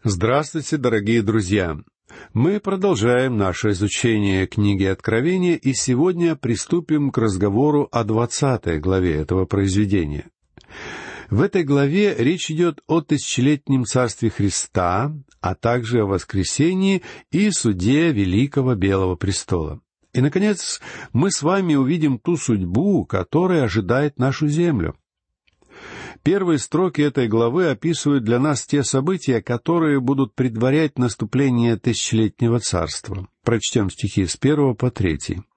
Здравствуйте, дорогие друзья! Мы продолжаем наше изучение книги Откровения, и сегодня приступим к разговору о 20 главе этого произведения. В этой главе речь идет о тысячелетнем царстве Христа, а также о воскресении и суде Великого Белого престола. И, наконец, мы с вами увидим ту судьбу, которая ожидает нашу землю. Первые строки этой главы описывают для нас те события, которые будут предварять наступление тысячелетнего царства. Прочтем стихи с 1 по 3.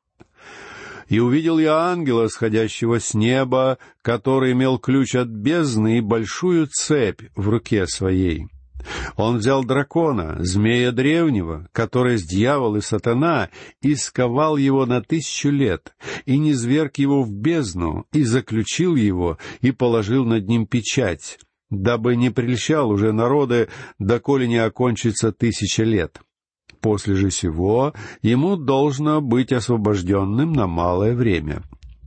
«И увидел я ангела, сходящего с неба, который имел ключ от бездны и большую цепь в руке своей. Он взял дракона, змея древнего, который есть дьявол и сатана, и сковал его на 1000 лет, и низвергл его в бездну, и заключил его, и положил над ним печать, дабы не прельщал уже народы, доколе не окончится 1000 лет. После же сего ему должно быть освобожденным на малое время».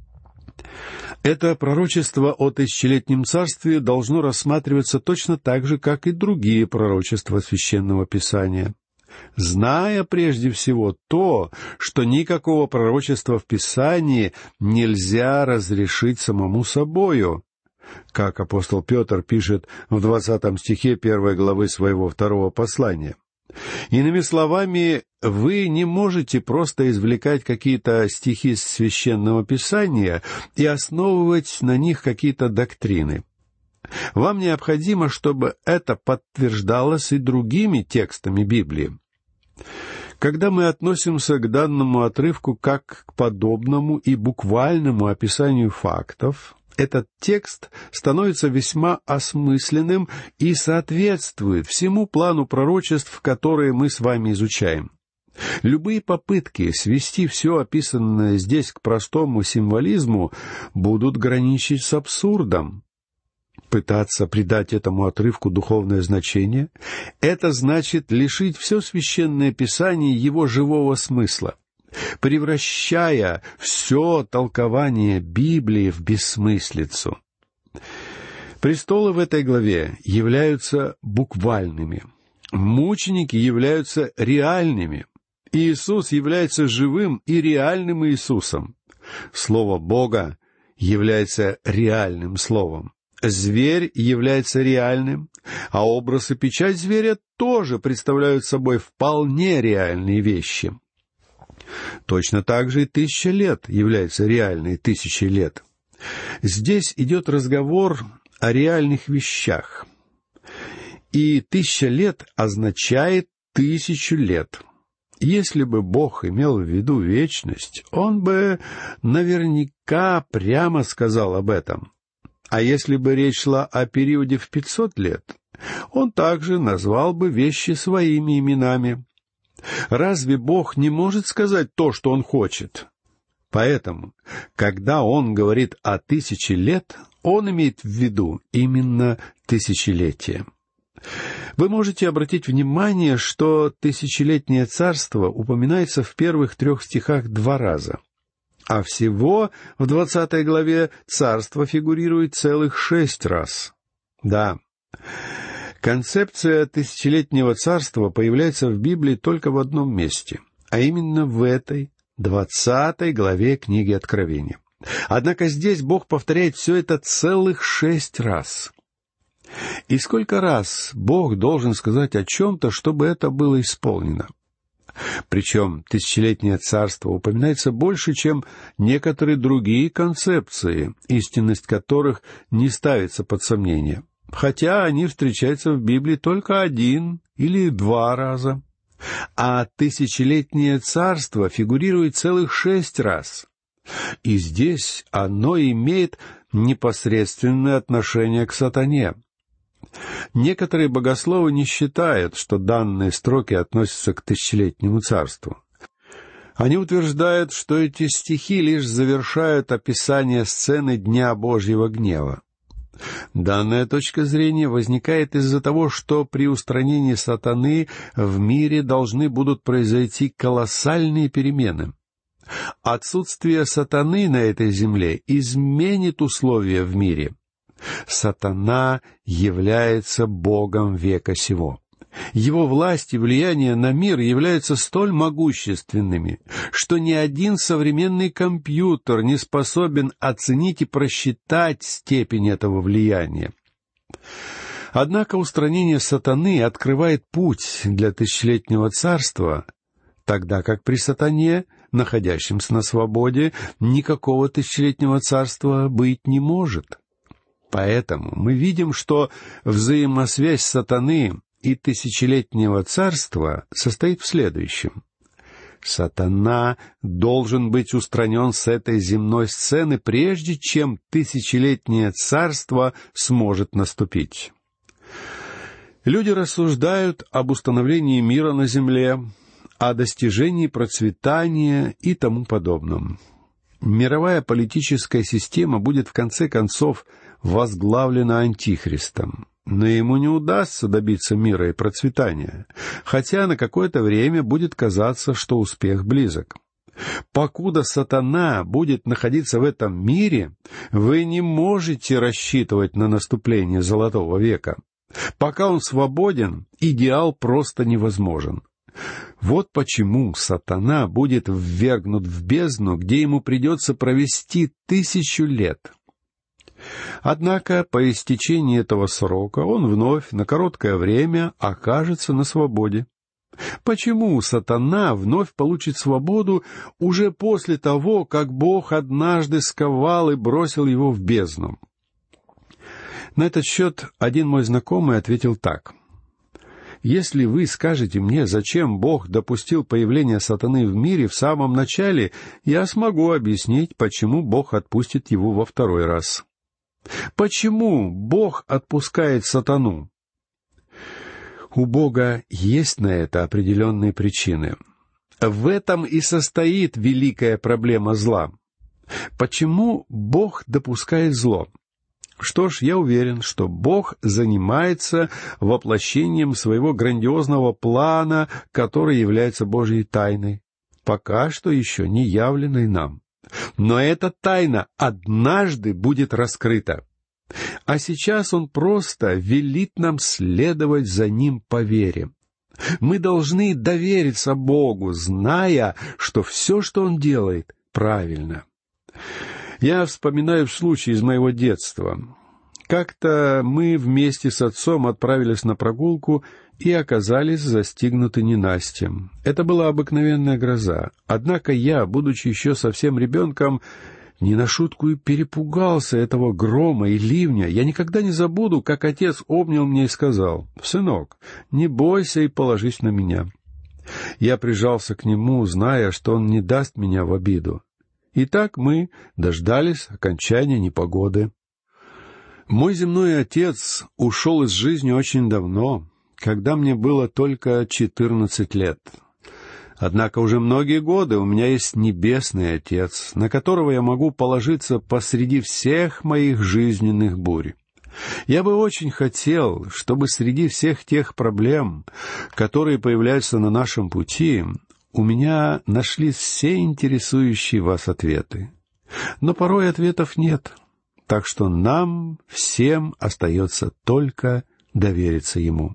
Это пророчество о тысячелетнем царстве должно рассматриваться точно так же, как и другие пророчества Священного Писания. Зная прежде всего то, что никакого пророчества в Писании нельзя разрешить самому собою, как апостол Петр пишет в 20 стихе 1 главы своего 2 послания. Иными словами, вы не можете просто извлекать какие-то стихи из Священного Писания и основывать на них какие-то доктрины. Вам необходимо, чтобы это подтверждалось и другими текстами Библии. Когда мы относимся к данному отрывку как к подобному и буквальному описанию фактов, этот текст становится весьма осмысленным и соответствует всему плану пророчеств, которые мы с вами изучаем. Любые попытки свести все описанное здесь к простому символизму будут граничить с абсурдом. Пытаться придать этому отрывку духовное значение — это значит лишить все Священное Писание его живого смысла, превращая все толкование Библии в бессмыслицу. Престолы в этой главе являются буквальными, мученики являются реальными, Иисус является живым и реальным Иисусом. Слово Бога является реальным словом. Зверь является реальным, а образ и печать зверя тоже представляют собой вполне реальные вещи. Точно так же и 1000 лет является реальной 1000 лет. Здесь идет разговор о реальных вещах. И 1000 лет означает 1000 лет. Если бы Бог имел в виду вечность, Он бы наверняка прямо сказал об этом. А если бы речь шла о периоде в 500 лет, Он также назвал бы вещи своими именами. Разве Бог не может сказать то, что Он хочет? Поэтому, когда Он говорит о 1000 лет, Он имеет в виду именно тысячелетие. Вы можете обратить внимание, что тысячелетнее царство упоминается в первых 3 стихах 2 раза. А всего в 20 главе царство фигурирует целых 6 раз. Да, концепция тысячелетнего царства появляется в Библии только в одном месте, а именно в этой 20 главе книги Откровения. Однако здесь Бог повторяет все это целых 6 раз. И сколько раз Бог должен сказать о чем-то, чтобы это было исполнено? Причем тысячелетнее царство упоминается больше, чем некоторые другие концепции, истинность которых не ставится под сомнение, хотя они встречаются в Библии только 1 или 2 раза. А тысячелетнее царство фигурирует целых 6 раз. И здесь оно имеет непосредственное отношение к сатане. Некоторые богословы не считают, что данные строки относятся к тысячелетнему царству. Они утверждают, что эти стихи лишь завершают описание сцены Дня Божьего гнева. Данная точка зрения возникает из-за того, что при устранении сатаны в мире должны будут произойти колоссальные перемены. Отсутствие сатаны на этой земле изменит условия в мире. Сатана является богом века сего. Его власть и влияние на мир являются столь могущественными, что ни один современный компьютер не способен оценить и просчитать степень этого влияния. Однако устранение сатаны открывает путь для тысячелетнего царства, тогда как при сатане, находящемся на свободе, никакого тысячелетнего царства быть не может. Поэтому мы видим, что взаимосвязь сатаны и тысячелетнего царства состоит в следующем. Сатана должен быть устранен с этой земной сцены, прежде чем тысячелетнее царство сможет наступить. Люди рассуждают об установлении мира на земле, о достижении процветания и тому подобном. Мировая политическая система будет в конце концов возглавлена Антихристом, но ему не удастся добиться мира и процветания, хотя на какое-то время будет казаться, что успех близок. Покуда сатана будет находиться в этом мире, вы не можете рассчитывать на наступление Золотого века. Пока он свободен, идеал просто невозможен. Вот почему сатана будет ввергнут в бездну, где ему придется провести 1000 лет. Однако по истечении этого срока он вновь на короткое время окажется на свободе. Почему сатана вновь получит свободу уже после того, как Бог однажды сковал и бросил его в бездну? На этот счет один мой знакомый ответил так. «Если вы скажете мне, зачем Бог допустил появление сатаны в мире в самом начале, я смогу объяснить, почему Бог отпустит его во второй раз. Почему Бог отпускает сатану? У Бога есть на это определенные причины. В этом и состоит великая проблема зла. Почему Бог допускает зло? Что ж, я уверен, что Бог занимается воплощением своего грандиозного плана, который является Божьей тайной, пока что еще не явленной нам. Но эта тайна однажды будет раскрыта. А сейчас Он просто велит нам следовать за Ним по вере. Мы должны довериться Богу, зная, что все, что Он делает, правильно. Я вспоминаю случай из моего детства. Как-то мы вместе с отцом отправились на прогулку и оказались застигнуты ненастьем. Это была обыкновенная гроза. Однако я, будучи еще совсем ребенком, не на шутку и перепугался этого грома и ливня. Я никогда не забуду, как отец обнял меня и сказал: «Сынок, не бойся и положись на меня». Я прижался к нему, зная, что он не даст меня в обиду. И так мы дождались окончания непогоды. Мой земной отец ушел из жизни очень давно, когда мне было только 14 лет. Однако уже многие годы у меня есть небесный Отец, на которого я могу положиться посреди всех моих жизненных бурь. Я бы очень хотел, чтобы среди всех тех проблем, которые появляются на нашем пути, у меня нашлись все интересующие вас ответы. Но порой ответов нет, так что нам всем остается только довериться Ему.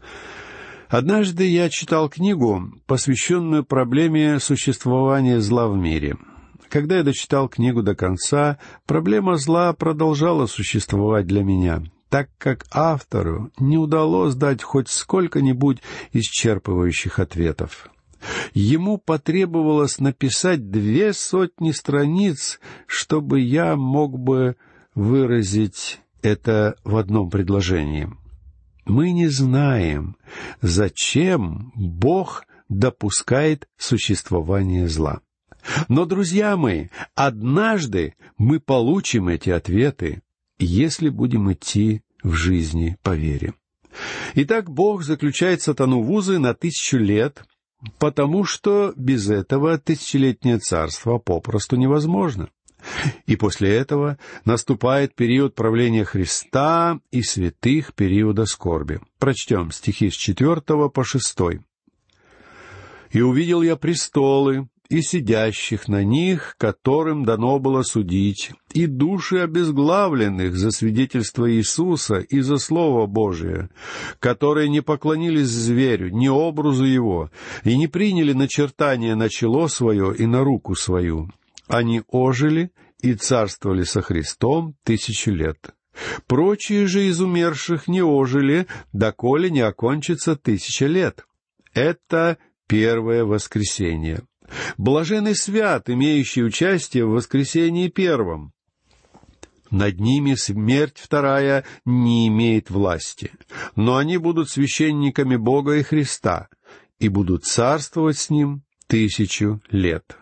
Однажды я читал книгу, посвященную проблеме существования зла в мире. Когда я дочитал книгу до конца, проблема зла продолжала существовать для меня, так как автору не удалось дать хоть сколько-нибудь исчерпывающих ответов. Ему потребовалось написать 200 страниц, чтобы я мог бы выразить это в одном предложении. Мы не знаем, зачем Бог допускает существование зла. Но, друзья мои, однажды мы получим эти ответы, если будем идти в жизни по вере. Итак, Бог заключает сатану в узы на 1000 лет, потому что без этого тысячелетнее царство попросту невозможно. И после этого наступает период правления Христа и святых периода скорби. Прочтем стихи с 4 по 6. «И увидел я престолы, и сидящих на них, которым дано было судить, и души обезглавленных за свидетельство Иисуса и за Слово Божие, которые не поклонились зверю, ни образу его, и не приняли начертание на чело свое и на руку свою. Они ожили и царствовали со Христом 1000 лет. Прочие же из умерших не ожили, доколе не окончится 1000 лет. Это первое воскресение. Блаженный свят, имеющий участие в воскресении первом. Над ними смерть вторая не имеет власти, но они будут священниками Бога и Христа и будут царствовать с Ним 1000 лет.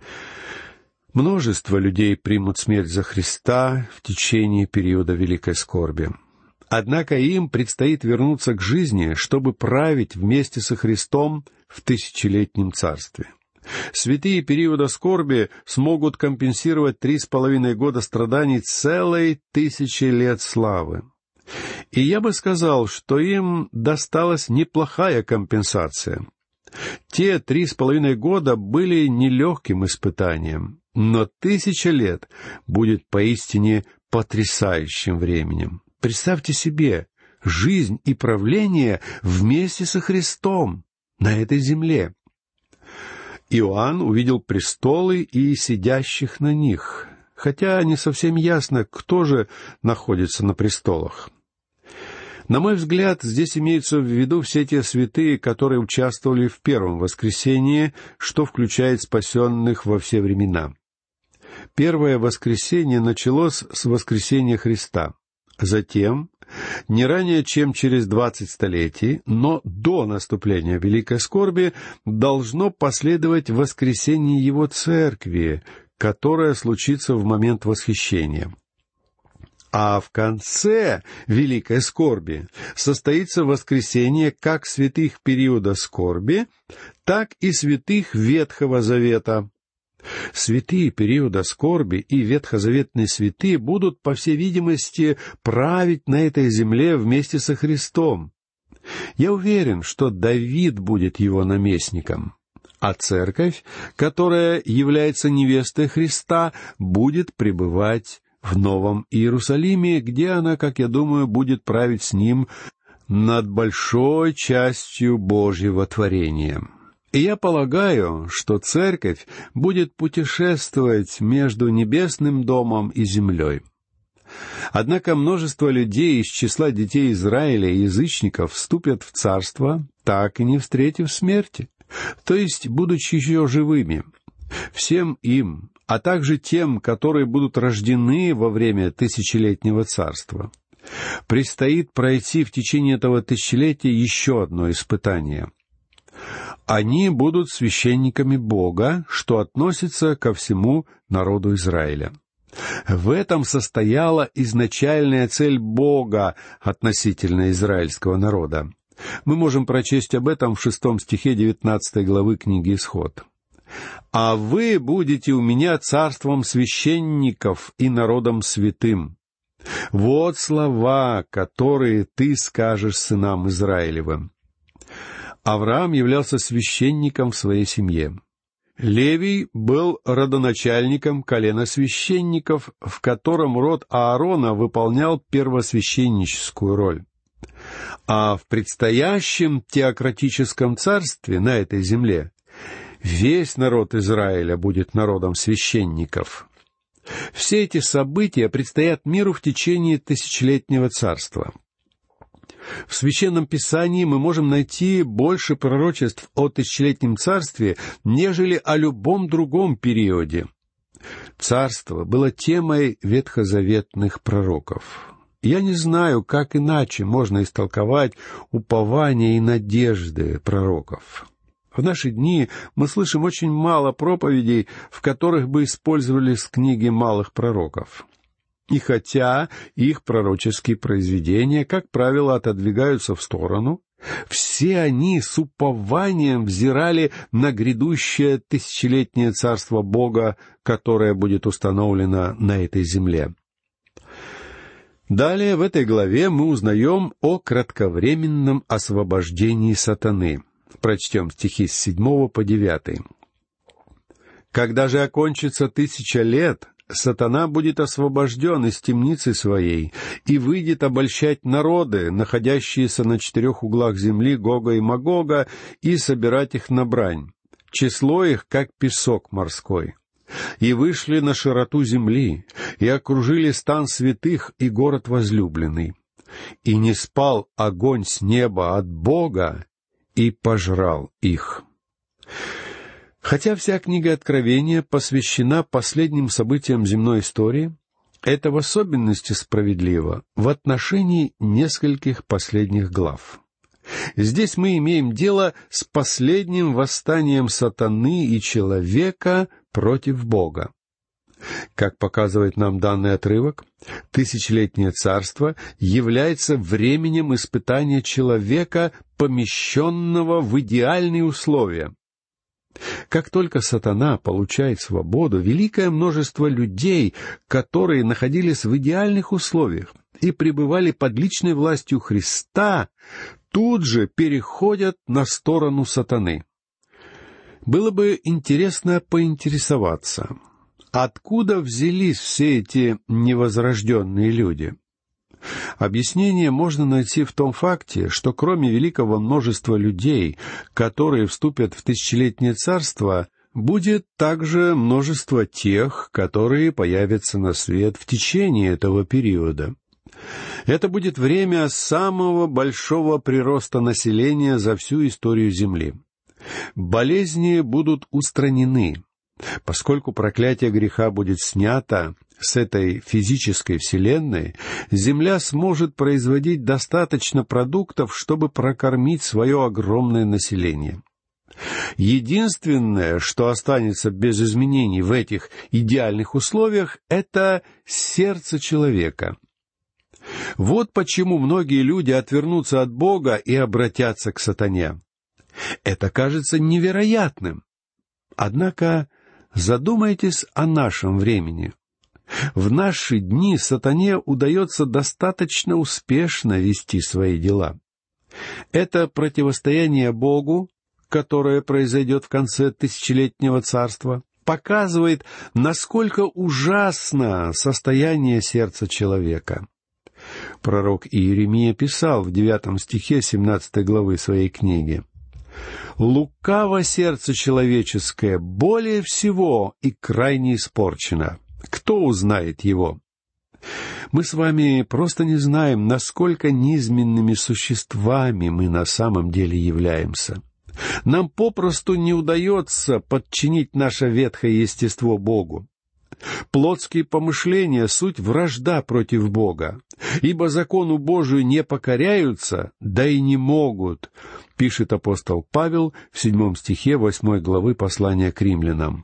Множество людей примут смерть за Христа в течение периода великой скорби. Однако им предстоит вернуться к жизни, чтобы править вместе со Христом в 1000-летнем царстве. Святые периода скорби смогут компенсировать 3,5 года страданий целой 1000 лет славы. И я бы сказал, что им досталась неплохая компенсация. Те 3,5 года были нелегким испытанием, но 1000 лет будет поистине потрясающим временем. Представьте себе жизнь и правление вместе со Христом на этой земле. Иоанн увидел престолы и сидящих на них, хотя не совсем ясно, кто же находится на престолах. На мой взгляд, здесь имеются в виду все те святые, которые участвовали в первом воскресении, что включает спасенных во все времена. Первое воскресение началось с воскресения Христа. Затем, не ранее, чем через 20 столетий, но до наступления Великой Скорби, должно последовать воскресение Его Церкви, которое случится в момент восхищения. А в конце Великой Скорби состоится воскресение как святых периода скорби, так и святых Ветхого Завета. Святые периода скорби и ветхозаветные святые будут, по всей видимости, править на этой земле вместе со Христом. Я уверен, что Давид будет его наместником, а церковь, которая является невестой Христа, будет пребывать в Новом Иерусалиме, где она, как я думаю, будет править с ним над большой частью Божьего творения. И я полагаю, что церковь будет путешествовать между небесным домом и землей. Однако множество людей из числа детей Израиля и язычников вступят в царство, так и не встретив смерти, то есть, будучи еще живыми. Всем им, а также тем, которые будут рождены во время 1000-летнего царства, предстоит пройти в течение этого тысячелетия еще одно испытание. Они будут священниками Бога, что относится ко всему народу Израиля. В этом состояла изначальная цель Бога относительно израильского народа. Мы можем прочесть об этом в 6 стихе 19 главы книги Исход. «А вы будете у меня царством священников и народом святым. Вот слова, которые ты скажешь сынам Израилевым». Авраам являлся священником в своей семье. Левий был родоначальником колена священников, в котором род Аарона выполнял первосвященническую роль. А в предстоящем теократическом царстве на этой земле весь народ Израиля будет народом священников. Все эти события предстоят миру в течение 1000-летнего царства. В Священном Писании мы можем найти больше пророчеств о 1000-летнем царстве, нежели о любом другом периоде. Царство было темой ветхозаветных пророков. Я не знаю, как иначе можно истолковать упование и надежды пророков. В наши дни мы слышим очень мало проповедей, в которых бы использовались книги малых пророков. И хотя их пророческие произведения, как правило, отодвигаются в сторону, все они с упованием взирали на грядущее 1000-летнее царство Бога, которое будет установлено на этой земле. Далее в этой главе мы узнаем о кратковременном освобождении сатаны. Прочтем стихи с 7 по 9. Когда же окончится 1000 лет, сатана будет освобожден из темницы своей и выйдет обольщать народы, находящиеся на 4 углах земли Гога и Магога, и собирать их на брань. Число их, как песок морской. И вышли на широту земли, и окружили стан святых и город возлюбленный. И не спал огонь с неба от Бога, и пожрал их». Хотя вся книга Откровения посвящена последним событиям земной истории, это в особенности справедливо в отношении нескольких последних глав. Здесь мы имеем дело с последним восстанием сатаны и человека против Бога. Как показывает нам данный отрывок, 1000-летнее царство является временем испытания человека, помещенного в идеальные условия. Как только сатана получает свободу, великое множество людей, которые находились в идеальных условиях и пребывали под личной властью Христа, тут же переходят на сторону сатаны. Было бы интересно поинтересоваться, откуда взялись все эти невозрожденные люди? Объяснение можно найти в том факте, что кроме великого множества людей, которые вступят в 1000-летнее царство, будет также множество тех, которые появятся на свет в течение этого периода. Это будет время самого большого прироста населения за всю историю Земли. Болезни будут устранены, поскольку проклятие греха будет снято с этой физической вселенной, Земля сможет производить достаточно продуктов, чтобы прокормить свое огромное население. Единственное, что останется без изменений в этих идеальных условиях, это сердце человека. Вот почему многие люди отвернутся от Бога и обратятся к сатане. Это кажется невероятным. Однако задумайтесь о нашем времени. В наши дни сатане удается достаточно успешно вести свои дела. Это противостояние Богу, которое произойдет в конце 1000-летнего царства, показывает, насколько ужасно состояние сердца человека. Пророк Иеремия писал в 9 стихе 17 главы своей книги: «Лукаво сердце человеческое более всего и крайне испорчено. Кто узнает его?» Мы с вами просто не знаем, насколько низменными существами мы на самом деле являемся. Нам попросту не удается подчинить наше ветхое естество Богу. Плотские помышления — суть вражда против Бога, ибо закону Божию не покоряются, да и не могут, пишет апостол Павел в 7 стихе 8 главы послания к римлянам.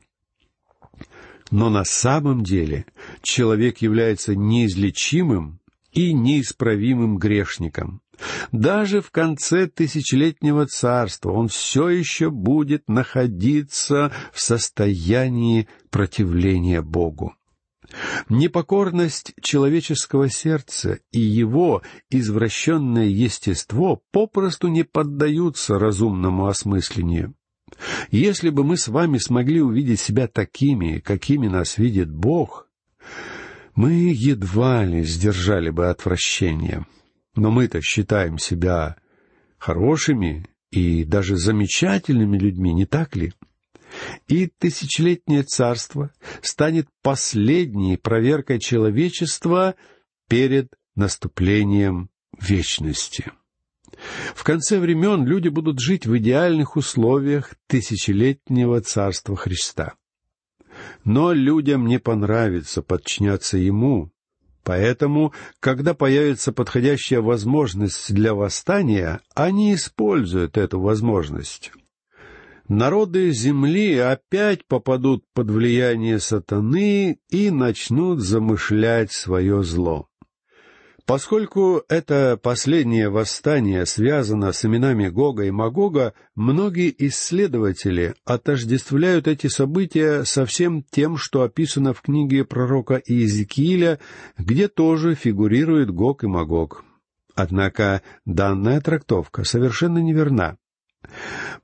Но на самом деле человек является неизлечимым и неисправимым грешником. Даже в конце 1000-летнего царства он все еще будет находиться в состоянии противления Богу. Непокорность человеческого сердца и его извращенное естество попросту не поддаются разумному осмыслению. Если бы мы с вами смогли увидеть себя такими, какими нас видит Бог, мы едва ли сдержали бы отвращение. Но мы-то считаем себя хорошими и даже замечательными людьми, не так ли? И 1000-летнее царство станет последней проверкой человечества перед наступлением вечности. В конце времен люди будут жить в идеальных условиях 1000-летнего царства Христа. Но людям не понравится подчиняться Ему, поэтому, когда появится подходящая возможность для восстания, они используют эту возможность. Народы земли опять попадут под влияние сатаны и начнут замышлять свое зло. Поскольку это последнее восстание связано с именами Гога и Магога, многие исследователи отождествляют эти события со всем тем, что описано в книге пророка Иезекииля, где тоже фигурирует Гог и Магог. Однако данная трактовка совершенно неверна.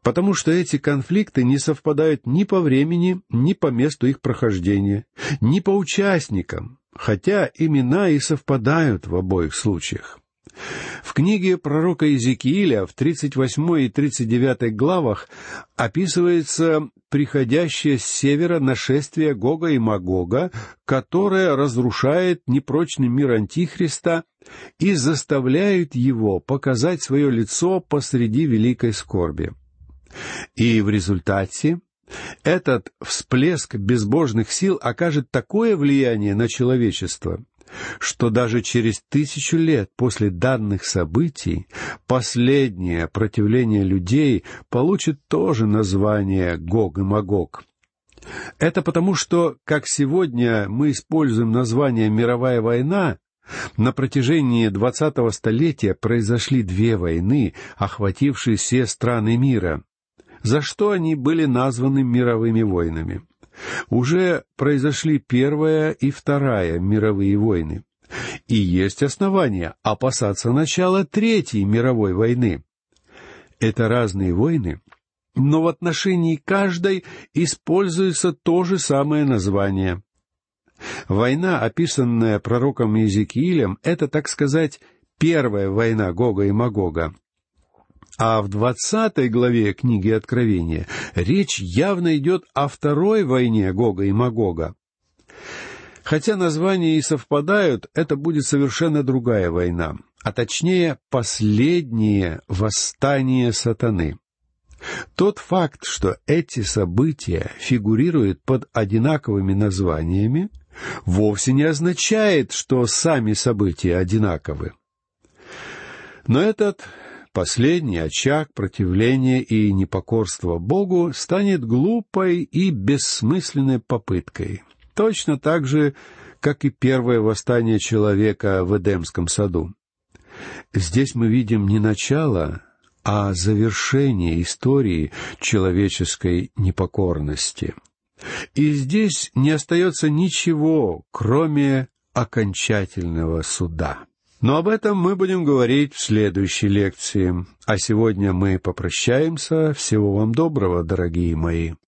потому что эти конфликты не совпадают ни по времени, ни по месту их прохождения, ни по участникам, хотя имена и совпадают в обоих случаях. В книге пророка Иезекииля в 38 и 39 главах описывается приходящее с севера нашествие Гога и Магога, которое разрушает непрочный мир Антихриста и заставляет его показать свое лицо посреди великой скорби. И в результате этот всплеск безбожных сил окажет такое влияние на человечество, что даже через 1000 лет после данных событий последнее противление людей получит тоже название Гог и Магог. Это потому, что, как сегодня мы используем название «мировая война», на протяжении 20-го столетия произошли 2 войны, охватившие все страны мира, за что они были названы мировыми войнами. Уже произошли Первая и Вторая мировые войны, и есть основания опасаться начала Третьей мировой войны. Это разные войны, но в отношении каждой используется то же самое название. Война, описанная пророком Иезекиилем, это, так сказать, первая война Гога и Магога. А в 20 главе книги Откровения речь явно идет о второй войне Гога и Магога. Хотя названия и совпадают, это будет совершенно другая война, а точнее последнее восстание сатаны. Тот факт, что эти события фигурируют под одинаковыми названиями, вовсе не означает, что сами события одинаковы. Но этот последний очаг противления и непокорства Богу станет глупой и бессмысленной попыткой, точно так же, как и первое восстание человека в Эдемском саду. Здесь мы видим не начало, а завершение истории человеческой непокорности. И здесь не остается ничего, кроме окончательного суда. Но об этом мы будем говорить в следующей лекции. А сегодня мы попрощаемся. Всего вам доброго, дорогие мои.